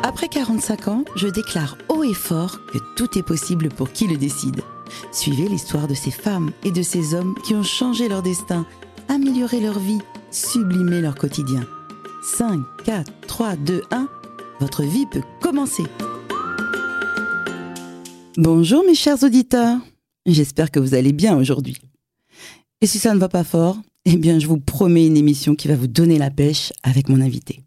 Après 45 ans, je déclare haut et fort que tout est possible pour qui le décide. Suivez l'histoire de ces femmes et de ces hommes qui ont changé leur destin, amélioré leur vie, sublimé leur quotidien. 5, 4, 3, 2, 1, votre vie peut commencer. Bonjour mes chers auditeurs, j'espère que vous allez bien aujourd'hui. Et si ça ne va pas fort, eh bien je vous promets une émission qui va vous donner la pêche avec mon invité.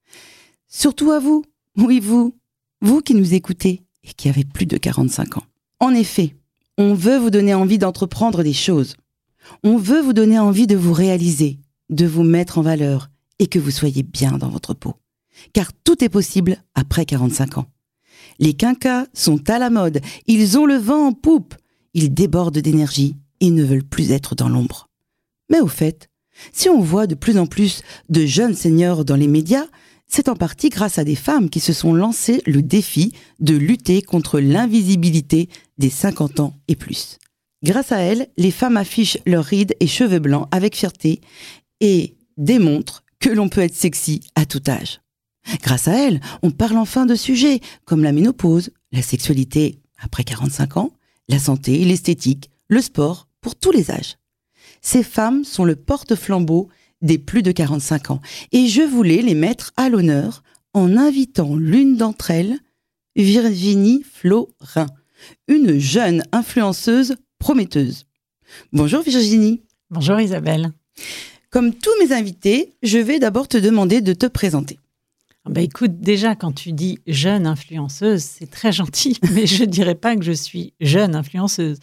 Surtout à vous, oui vous qui nous écoutez et qui avez plus de 45 ans. En effet, on veut vous donner envie d'entreprendre des choses. On veut vous donner envie de vous réaliser, de vous mettre en valeur et que vous soyez bien dans votre peau. Car tout est possible après 45 ans. Les quinquas sont à la mode, ils ont le vent en poupe, ils débordent d'énergie et ne veulent plus être dans l'ombre. Mais au fait, si on voit de plus en plus de jeunes seniors dans les médias, c'est en partie grâce à des femmes qui se sont lancées le défi de lutter contre l'invisibilité des 50 ans et plus. Grâce à elles, les femmes affichent leurs rides et cheveux blancs avec fierté et démontrent que l'on peut être sexy à tout âge. Grâce à elles, on parle enfin de sujets comme la ménopause, la sexualité après 45 ans, la santé, l'esthétique, le sport pour tous les âges. Ces femmes sont le porte-flambeau des plus de 45 ans et je voulais les mettre à l'honneur en invitant l'une d'entre elles, Virginie Florin, une jeune influenceuse prometteuse. Bonjour Virginie. Bonjour Isabelle. Comme tous mes invités, je vais d'abord te demander de te présenter. Écoute, déjà quand tu dis jeune influenceuse, c'est très gentil, mais je ne dirais pas que je suis jeune influenceuse.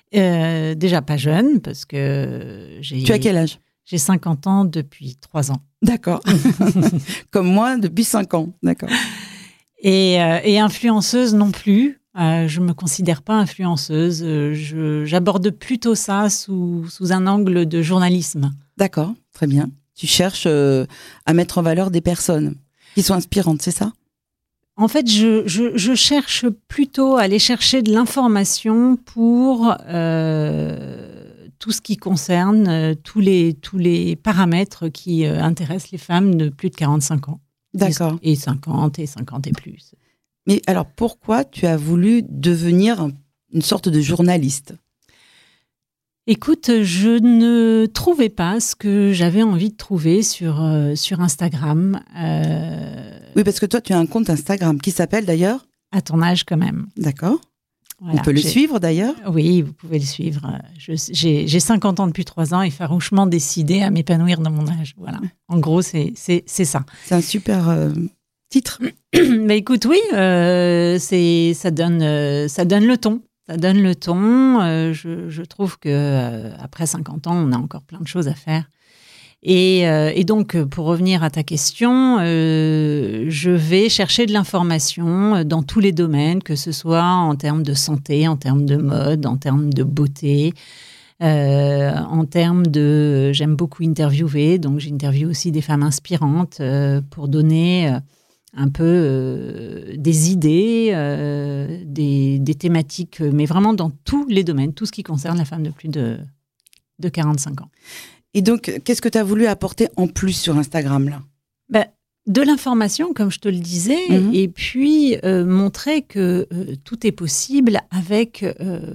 Déjà pas jeune, parce que j'ai... Tu as quel âge ? J'ai 50 ans depuis 3 ans. D'accord. Comme moi, depuis 5 ans. D'accord. Et influenceuse non plus. Je ne me considère pas influenceuse. J'aborde plutôt ça sous un angle de journalisme. D'accord, très bien. Tu cherches à mettre en valeur des personnes qui sont inspirantes, c'est ça ? En fait, je cherche plutôt à aller chercher de l'information pour tout ce qui concerne tous les paramètres qui intéressent les femmes de plus de 45 ans. D'accord. Et 50 et plus. Mais alors, pourquoi tu as voulu devenir une sorte de journaliste ? Écoute, je ne trouvais pas ce que j'avais envie de trouver sur Instagram. Oui, parce que toi, tu as un compte Instagram qui s'appelle d'ailleurs ? À ton âge quand même. D'accord. Voilà, on peut le suivre d'ailleurs ? Oui, vous pouvez le suivre. J'ai 50 ans depuis 3 ans et farouchement décidé à m'épanouir dans mon âge. Voilà. En gros, c'est ça. C'est un super titre. Mais écoute, oui, ça donne le ton. Ça donne le ton. Je trouve que après 50 ans, on a encore plein de choses à faire. Et donc, pour revenir à ta question, je vais chercher de l'information dans tous les domaines, que ce soit en termes de santé, en termes de mode, en termes de beauté, en termes de... J'aime beaucoup interviewer, donc j'interviewe aussi des femmes inspirantes pour donner un peu des idées, des thématiques, mais vraiment dans tous les domaines, tout ce qui concerne la femme de plus de 45 ans. Et donc, qu'est-ce que tu as voulu apporter en plus sur Instagram, là ? De l'information, comme je te le disais, et puis montrer que tout est possible avec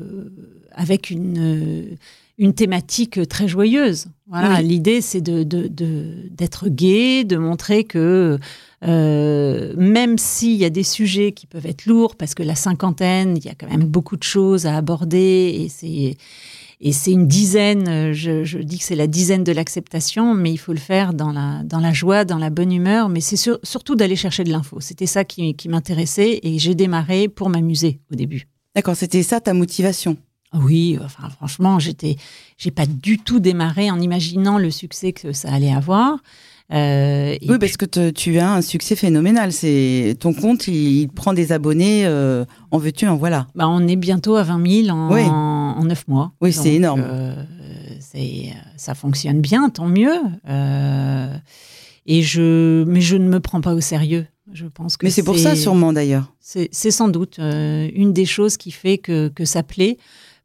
une thématique très joyeuse. Voilà, oui. L'idée, c'est d'être gai, de montrer que même s'il y a des sujets qui peuvent être lourds, parce que la cinquantaine, il y a quand même beaucoup de choses à aborder, et c'est une dizaine, je dis que c'est la dizaine de l'acceptation, mais il faut le faire dans la joie, dans la bonne humeur, mais c'est surtout d'aller chercher de l'info. C'était ça qui m'intéressait et j'ai démarré pour m'amuser au début. D'accord, c'était ça ta motivation ? Oui, enfin franchement, j'ai pas du tout démarré en imaginant le succès que ça allait avoir. Oui, parce que tu as un succès phénoménal. Ton compte, il prend des abonnés en veux-tu, en voilà. On est bientôt à 20 000 en 9 mois. Oui, donc, c'est énorme. Ça fonctionne bien, tant mieux. Mais je ne me prends pas au sérieux. Je pense que mais c'est pour ça sûrement d'ailleurs. C'est sans doute une des choses qui fait que ça plaît.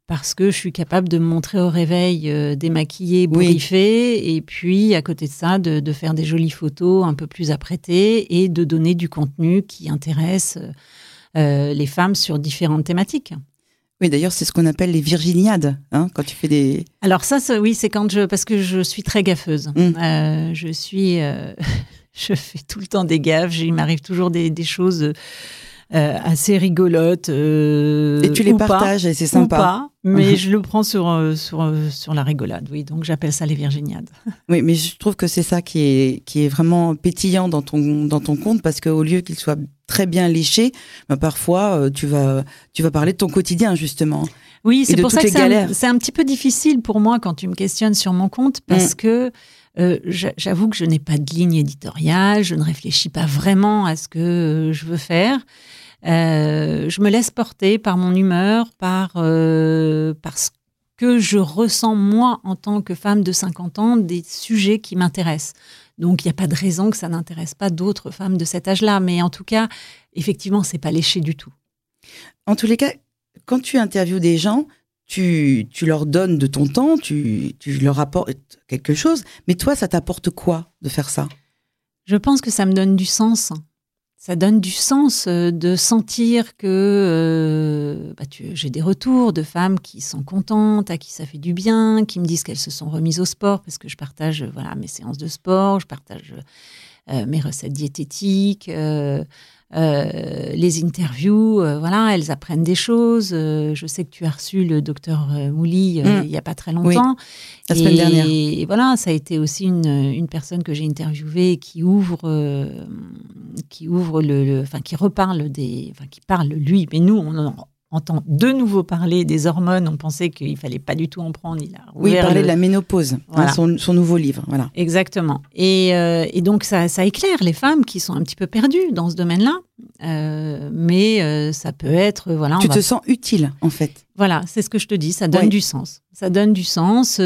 parce que je suis capable de me montrer au réveil démaquillée, bourriffée, et puis à côté de ça, de faire des jolies photos un peu plus apprêtées et de donner du contenu qui intéresse les femmes sur différentes thématiques. Oui, d'ailleurs, c'est ce qu'on appelle les virginiades, hein, quand tu fais des... Alors ça, oui, c'est parce que je suis très gaffeuse. Je fais tout le temps des gaffes, il m'arrive toujours des choses... assez rigolote. Et tu les partages et c'est sympa. Ou pas, mais je le prends sur la rigolade, oui. Donc j'appelle ça les virginiades. Oui, mais je trouve que c'est ça qui est vraiment pétillant dans ton compte, parce qu'au lieu qu'il soit très bien léché, parfois tu vas parler de ton quotidien, justement. Oui, c'est pour ça que c'est un petit peu difficile pour moi quand tu me questionnes sur mon compte, parce que j'avoue que je n'ai pas de ligne éditoriale, je ne réfléchis pas vraiment à ce que je veux faire. Je me laisse porter par mon humeur, par ce que je ressens moi en tant que femme de 50 ans, des sujets qui m'intéressent. Donc il n'y a pas de raison que ça n'intéresse pas d'autres femmes de cet âge-là. Mais en tout cas, effectivement, c'est pas léché du tout. En tous les cas, quand tu interviews des gens, tu leur donnes de ton temps, tu leur apportes quelque chose. Mais toi, ça t'apporte quoi de faire ça ? Je pense que ça me donne du sens. Ça donne du sens de sentir que j'ai des retours de femmes qui sont contentes, à qui ça fait du bien, qui me disent qu'elles se sont remises au sport, parce que je partage mes séances de sport, je partage mes recettes diététiques, les interviews, elles apprennent des choses. Je sais que tu as reçu le docteur Mouly il n'y a pas très longtemps. Oui, la semaine dernière. Et voilà, ça a été aussi une personne que j'ai interviewée qui qui reparle qui parle lui, mais nous on entend de nouveau parler des hormones. On pensait qu'il fallait pas du tout en prendre. Il parlait de la ménopause, voilà. Son nouveau livre. Voilà. Exactement. Et donc, ça éclaire les femmes qui sont un petit peu perdues dans ce domaine-là. Mais ça peut être... Tu te sens utile, en fait. Voilà, c'est ce que je te dis. Ça donne du sens. Ça donne du sens.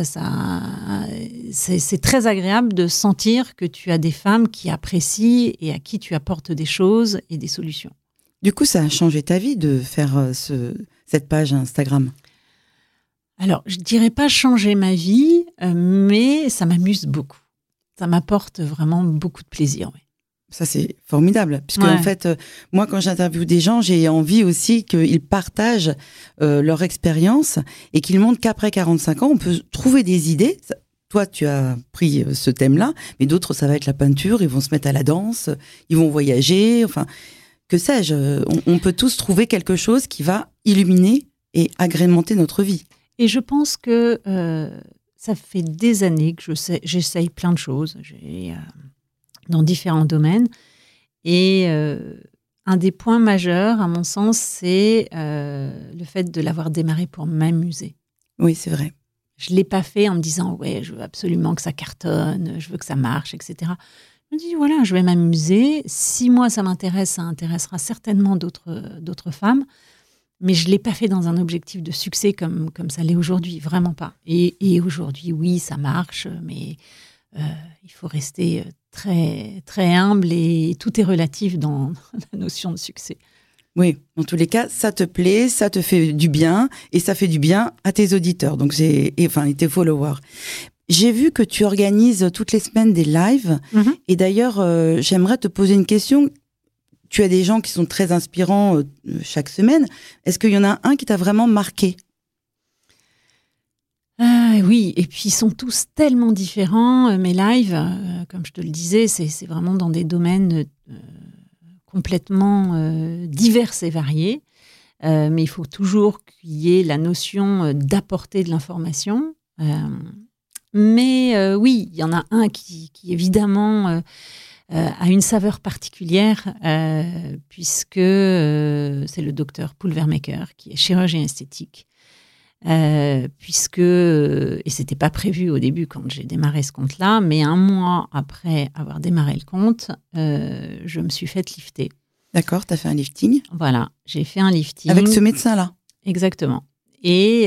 C'est très agréable de sentir que tu as des femmes qui apprécient et à qui tu apportes des choses et des solutions. Du coup, ça a changé ta vie de faire cette page Instagram ? Alors, je dirais pas changer ma vie, mais ça m'amuse beaucoup. Ça m'apporte vraiment beaucoup de plaisir. Oui. Ça, c'est formidable. Puisque, en fait, moi, quand j'interviewe des gens, j'ai envie aussi qu'ils partagent leur expérience et qu'ils montrent qu'après 45 ans, on peut trouver des idées. Toi, tu as pris ce thème-là, mais d'autres, ça va être la peinture. Ils vont se mettre à la danse, ils vont voyager, enfin... Que sais-je, on peut tous trouver quelque chose qui va illuminer et agrémenter notre vie. Et je pense que ça fait des années que j'essaye plein de choses dans différents domaines. Et un des points majeurs, à mon sens, c'est le fait de l'avoir démarré pour m'amuser. Oui, c'est vrai. Je ne l'ai pas fait en me disant « ouais, je veux absolument que ça cartonne, je veux que ça marche, etc. » Je me dis, voilà, je vais m'amuser. Si moi, ça m'intéresse, ça intéressera certainement d'autres femmes. Mais je ne l'ai pas fait dans un objectif de succès comme ça l'est aujourd'hui. Vraiment pas. Et aujourd'hui, oui, ça marche. Mais il faut rester très, très humble et tout est relatif dans la notion de succès. Oui, dans tous les cas, ça te plaît, ça te fait du bien et ça fait du bien à tes auditeurs, donc et tes followers. J'ai vu que tu organises toutes les semaines des lives. Et d'ailleurs, j'aimerais te poser une question. Tu as des gens qui sont très inspirants chaque semaine. Est-ce qu'il y en a un qui t'a vraiment marqué ? Oui, et puis ils sont tous tellement différents. Mes lives, comme je te le disais, c'est vraiment dans des domaines complètement divers et variés. Mais il faut toujours qu'il y ait la notion d'apporter de l'information. Mais oui, il y en a un qui évidemment a une saveur particulière puisque c'est le docteur Pulvermaker qui est chirurgien esthétique. Et c'était pas prévu au début quand j'ai démarré ce compte-là, mais 1 mois après avoir démarré le compte, je me suis fait lifter. D'accord, tu as fait un lifting ? Voilà, j'ai fait un lifting. Avec ce médecin-là ? Exactement. Et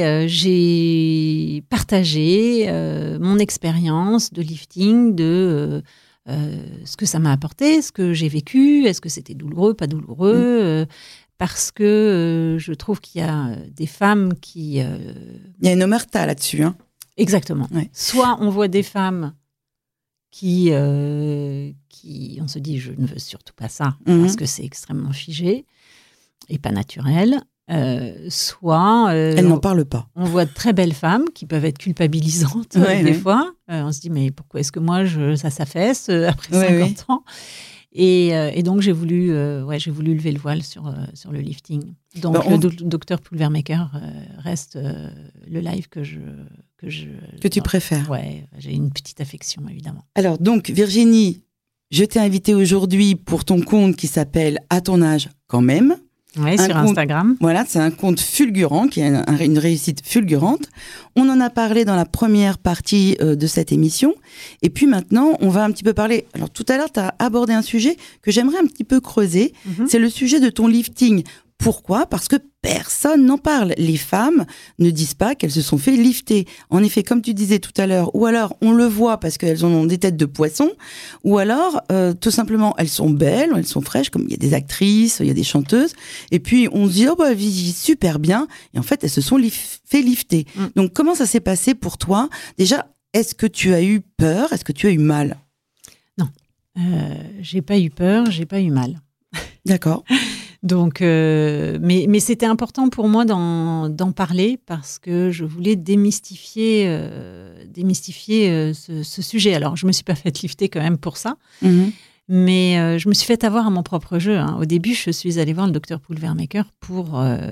j'ai partagé mon expérience de lifting, de ce que ça m'a apporté, ce que j'ai vécu, est-ce que c'était douloureux, pas douloureux, parce que je trouve qu'il y a des femmes qui... Il y a une omerta là-dessus. Hein. Exactement. Ouais. Soit on voit des femmes qui, on se dit, je ne veux surtout pas ça, parce que c'est extrêmement figé et pas naturel. Soit elles n'en parlent pas. On voit de très belles femmes qui peuvent être culpabilisantes des fois. On se dit, mais pourquoi est-ce que moi, ça s'affaisse après 50 ans et donc, j'ai voulu lever le voile sur le lifting. Donc, le docteur Pulvermaker reste le live que tu préfères. Ouais, j'ai une petite affection, évidemment. Alors, donc, Virginie, je t'ai invitée aujourd'hui pour ton compte qui s'appelle « À ton âge, quand même ». Oui, sur Instagram. Voilà, c'est un compte fulgurant, qui a une réussite fulgurante. On en a parlé dans la première partie de cette émission. Et puis maintenant, on va un petit peu parler... Alors tout à l'heure, tu as abordé un sujet que j'aimerais un petit peu creuser. C'est le sujet de ton lifting. Pourquoi ? Parce que personne n'en parle. Les femmes ne disent pas qu'elles se sont fait lifter. En effet, comme tu disais tout à l'heure, ou alors on le voit parce qu'elles ont des têtes de poisson, ou alors tout simplement elles sont belles, elles sont fraîches, comme il y a des actrices, il y a des chanteuses, et puis on se dit elles vivent super bien, et en fait elles se sont fait lifter. Donc comment ça s'est passé pour toi ? Déjà, est-ce que tu as eu peur ? Est-ce que tu as eu mal ? Non, j'ai pas eu peur, j'ai pas eu mal. D'accord. Donc, mais c'était important pour moi d'en parler parce que je voulais démystifier ce sujet. Alors, je me suis pas faite lifter quand même pour ça, mais je me suis fait avoir à mon propre jeu. Hein. Au début, je suis allée voir le docteur Pulvermaker pour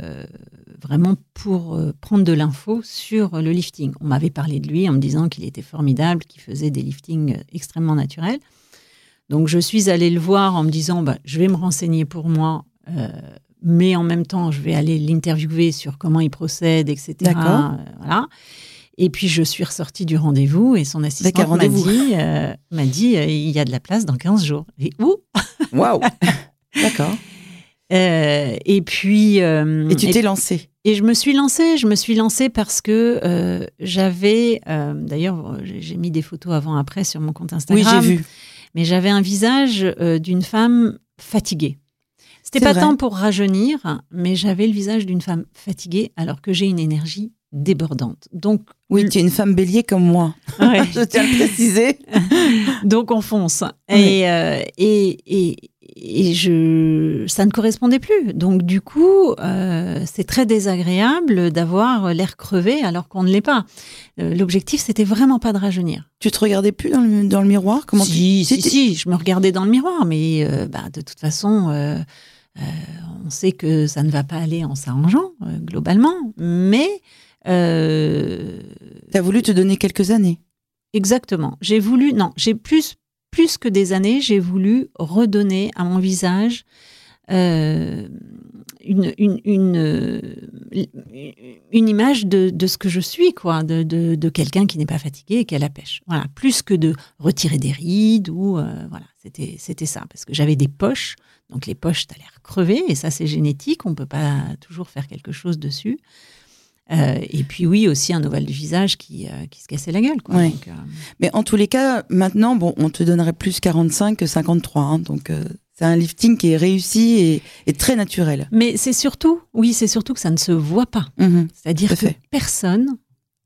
prendre de l'info sur le lifting. On m'avait parlé de lui en me disant qu'il était formidable, qu'il faisait des liftings extrêmement naturels. Donc, je suis allée le voir en me disant, je vais me renseigner pour moi. Mais en même temps, je vais aller l'interviewer sur comment il procède, etc. D'accord. Voilà. Et puis, je suis ressortie du rendez-vous et son assistante m'a dit il y a de la place dans 15 jours. Et où ? Waouh. D'accord. Et puis... et tu t'es lancée ? Et je me suis lancée parce que j'avais... d'ailleurs, j'ai mis des photos avant-après sur mon compte Instagram. Oui, j'ai vu. Mais j'avais un visage d'une femme fatiguée. C'était pas tant pour rajeunir, mais j'avais le visage d'une femme fatiguée alors que j'ai une énergie débordante. Donc, oui, tu es une femme bélier comme moi. Ouais. Je tiens à le préciser. Donc, on fonce. Oui. Et ça ne correspondait plus. Donc, du coup, c'est très désagréable d'avoir l'air crevé alors qu'on ne l'est pas. L'objectif, c'était vraiment pas de rajeunir. Tu te regardais plus dans le miroir ? Comment Si, je me regardais dans le miroir, mais de toute façon... on sait que ça ne va pas aller en s'arrangeant, globalement, mais... Tu as voulu te donner quelques années. Exactement. J'ai plus que des années, j'ai voulu redonner à mon visage une image de ce que je suis, quoi, de quelqu'un qui n'est pas fatigué et qui a la pêche. Voilà, plus que de retirer des rides ou voilà, c'était ça, parce que j'avais des poches. Donc les poches, t'as l'air crevé et ça c'est génétique, on peut pas toujours faire quelque chose dessus. Et puis oui, aussi un ovale du visage qui se cassait la gueule, quoi. Ouais. Donc, mais en tous les cas, maintenant, on te donnerait plus 45 que 53, hein, donc c'est un lifting qui est réussi et très naturel. Mais c'est surtout que ça ne se voit pas. C'est-à-dire que personne,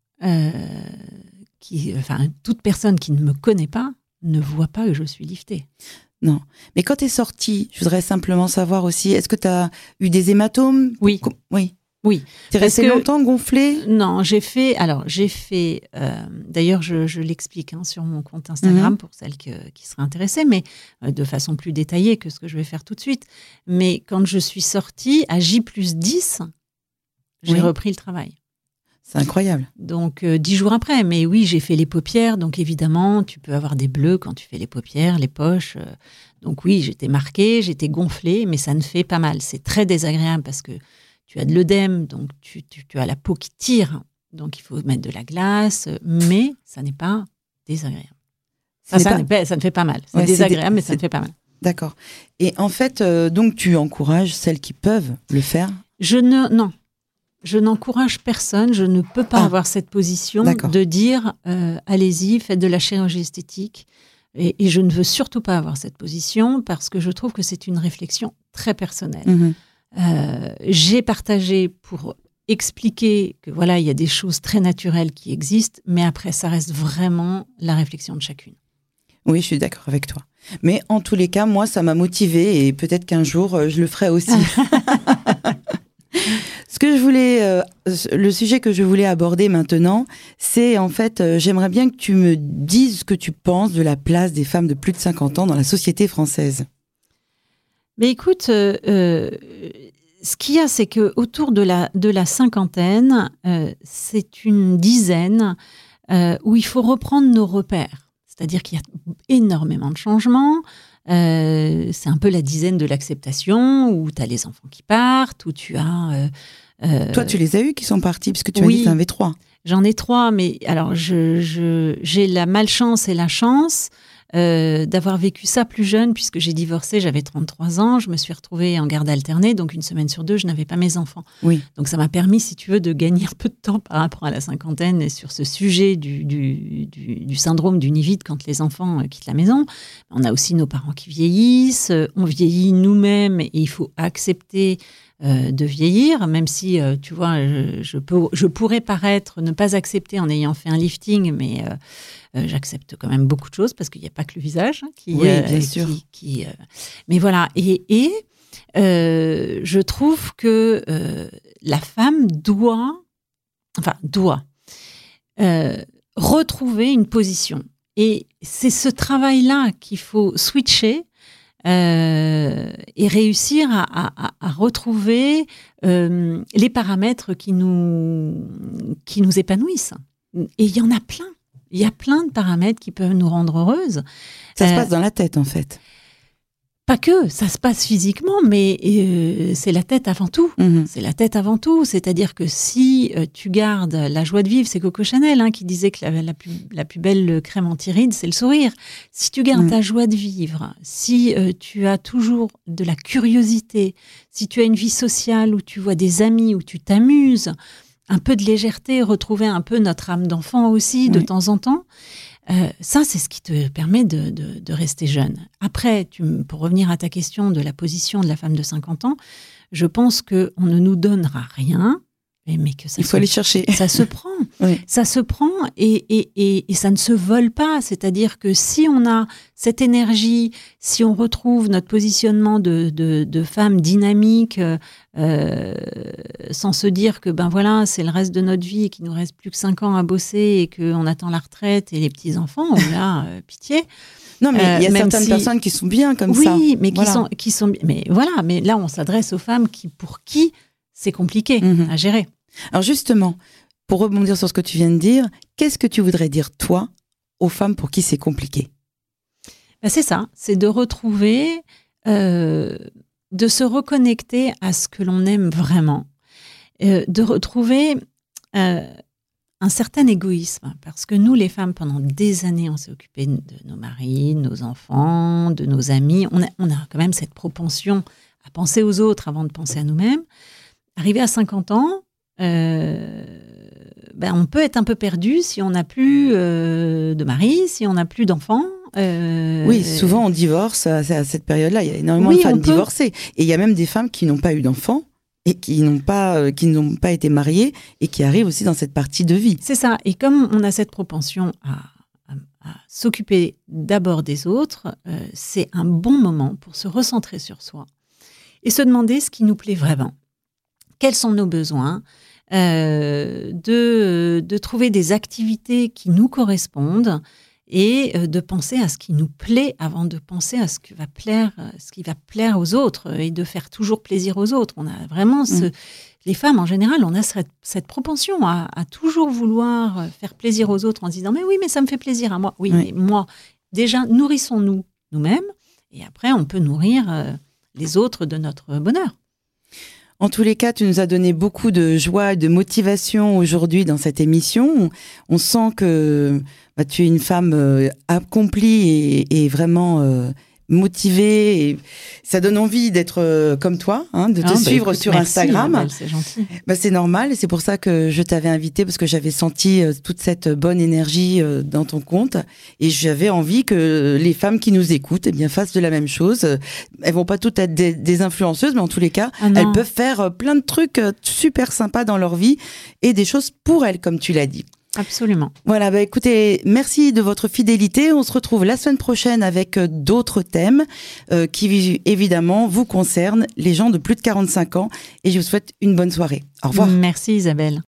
toute personne qui ne me connaît pas ne voit pas que je suis liftée. Non. Mais quand tu es sortie, je voudrais simplement savoir aussi, est-ce que tu as eu des hématomes ? Oui. Oui. T'es restée longtemps gonflée ? Non, j'ai fait, d'ailleurs je l'explique sur mon compte Instagram pour celles qui seraient intéressées, mais de façon plus détaillée que ce que je vais faire tout de suite. Mais quand je suis sortie, à J+10, j'ai repris le travail. C'est incroyable. Donc 10 jours après, mais oui, j'ai fait les paupières, donc évidemment, tu peux avoir des bleus quand tu fais les paupières, les poches. Donc oui, j'étais marquée, j'étais gonflée, mais ça ne fait pas mal. C'est très désagréable parce que tu as de l'œdème, donc tu as la peau qui tire, donc il faut mettre de la glace, mais ça n'est pas désagréable. Ça ne fait pas mal. C'est désagréable, mais ça ne fait pas mal. D'accord. Et en fait, donc tu encourages celles qui peuvent le faire ? Non. Je n'encourage personne, je ne peux pas avoir cette position de dire allez-y, faites de la chirurgie esthétique. Et je ne veux surtout pas avoir cette position parce que je trouve que c'est une réflexion très personnelle. J'ai partagé pour expliquer que voilà, il y a des choses très naturelles qui existent, mais après, ça reste vraiment la réflexion de chacune. Oui, je suis d'accord avec toi. Mais en tous les cas, moi, ça m'a motivée et peut-être qu'un jour, je le ferai aussi. Le sujet que je voulais aborder maintenant, c'est en fait, j'aimerais bien que tu me dises ce que tu penses de la place des femmes de plus de 50 ans dans la société française. Mais écoute, ce qu'il y a, c'est qu'autour de la cinquantaine, c'est une dizaine où il faut reprendre nos repères. C'est-à-dire qu'il y a énormément de changements. C'est un peu la dizaine de l'acceptation, où tu as les enfants qui partent, où tu as... Toi, tu les as eus qui sont partis, parce que tu m'as dit que tu en avais 3. J'en ai 3, mais alors j'ai la malchance et la chance d'avoir vécu ça plus jeune, puisque j'ai divorcé, j'avais 33 ans, je me suis retrouvée en garde alternée, donc 1 semaine sur 2, je n'avais pas mes enfants. Oui. Donc ça m'a permis, si tu veux, de gagner un peu de temps par rapport à la cinquantaine et sur ce sujet du syndrome du nid vide quand les enfants quittent la maison. On a aussi nos parents qui vieillissent, on vieillit nous-mêmes et il faut accepter de vieillir, même si, tu vois, je pourrais paraître ne pas accepter en ayant fait un lifting, mais j'accepte quand même beaucoup de choses parce qu'il n'y a pas que le visage qui... Oui, bien sûr. Mais voilà, et je trouve que la femme doit retrouver une position. Et c'est ce travail-là qu'il faut switcher et réussir à retrouver les paramètres qui nous épanouissent. Et il y en a plein. Il y a plein de paramètres qui peuvent nous rendre heureuses. Ça se passe dans la tête, en fait. Pas que, ça se passe physiquement, mais c'est la tête avant tout. C'est la tête avant tout. C'est-à-dire que si tu gardes la joie de vivre, c'est Coco Chanel qui disait que la plus belle crème anti-rides, c'est le sourire. Si tu gardes ta joie de vivre, si tu as toujours de la curiosité, si tu as une vie sociale où tu vois des amis, où tu t'amuses, un peu de légèreté, retrouver un peu notre âme d'enfant aussi de temps en temps, ça, c'est ce qui te permet de rester jeune. Après, pour revenir à ta question de la position de la femme de 50 ans, je pense qu'on ne nous donnera rien, mais que ça il faut aller chercher. Ça se prend. Oui. Ça se prend et ça ne se vole pas. C'est-à-dire que si on a cette énergie, si on retrouve notre positionnement de femme dynamique, sans se dire que voilà, c'est le reste de notre vie et qu'il nous reste plus que 5 ans à bosser et qu'on attend la retraite et les petits-enfants, là, pitié. Non, mais il y a certaines personnes qui sont bien comme ça. Oui, mais qui sont... Mais voilà, mais là, on s'adresse aux femmes pour qui c'est compliqué à gérer. Alors justement, pour rebondir sur ce que tu viens de dire, qu'est-ce que tu voudrais dire, toi, aux femmes pour qui c'est compliqué ? C'est ça, c'est de retrouver, de se reconnecter à ce que l'on aime vraiment, de retrouver un certain égoïsme, parce que nous, les femmes, pendant des années, on s'est occupé de nos maris, de nos enfants, de nos amis. On a quand même cette propension à penser aux autres avant de penser à nous-mêmes. Arrivé à 50 ans, on peut être un peu perdu si on n'a plus de mari, si on n'a plus d'enfants. Oui, souvent on divorce à cette période-là. Il y a énormément de femmes divorcées. Et il y a même des femmes qui n'ont pas eu d'enfants et qui n'ont pas été mariées et qui arrivent aussi dans cette partie de vie. C'est ça. Et comme on a cette propension à s'occuper d'abord des autres, c'est un bon moment pour se recentrer sur soi et se demander ce qui nous plaît vraiment. Quels sont nos besoins, de trouver des activités qui nous correspondent et de penser à ce qui nous plaît avant de penser à ce qui va plaire aux autres et de faire toujours plaisir aux autres. On a vraiment les femmes en général, on a cette propension à toujours vouloir faire plaisir aux autres en se disant mais oui, mais ça me fait plaisir à moi. Oui, mais moi, déjà, nourrissons-nous nous-mêmes et après on peut nourrir les autres de notre bonheur. En tous les cas, tu nous as donné beaucoup de joie et de motivation aujourd'hui dans cette émission. On sent que tu es une femme accomplie et vraiment motivé et ça donne envie d'être comme toi, de te suivre sur Instagram. Isabelle, c'est gentil. C'est normal et c'est pour ça que je t'avais invité parce que j'avais senti toute cette bonne énergie dans ton compte et j'avais envie que les femmes qui nous écoutent fassent de la même chose. Elles vont pas toutes être des influenceuses, mais en tous les cas, elles peuvent faire plein de trucs super sympas dans leur vie et des choses pour elles, comme tu l'as dit. Absolument. Voilà, écoutez, merci de votre fidélité. On se retrouve la semaine prochaine avec d'autres thèmes qui, évidemment, vous concernent, les gens de plus de 45 ans. Et je vous souhaite une bonne soirée. Au revoir. Merci Isabelle.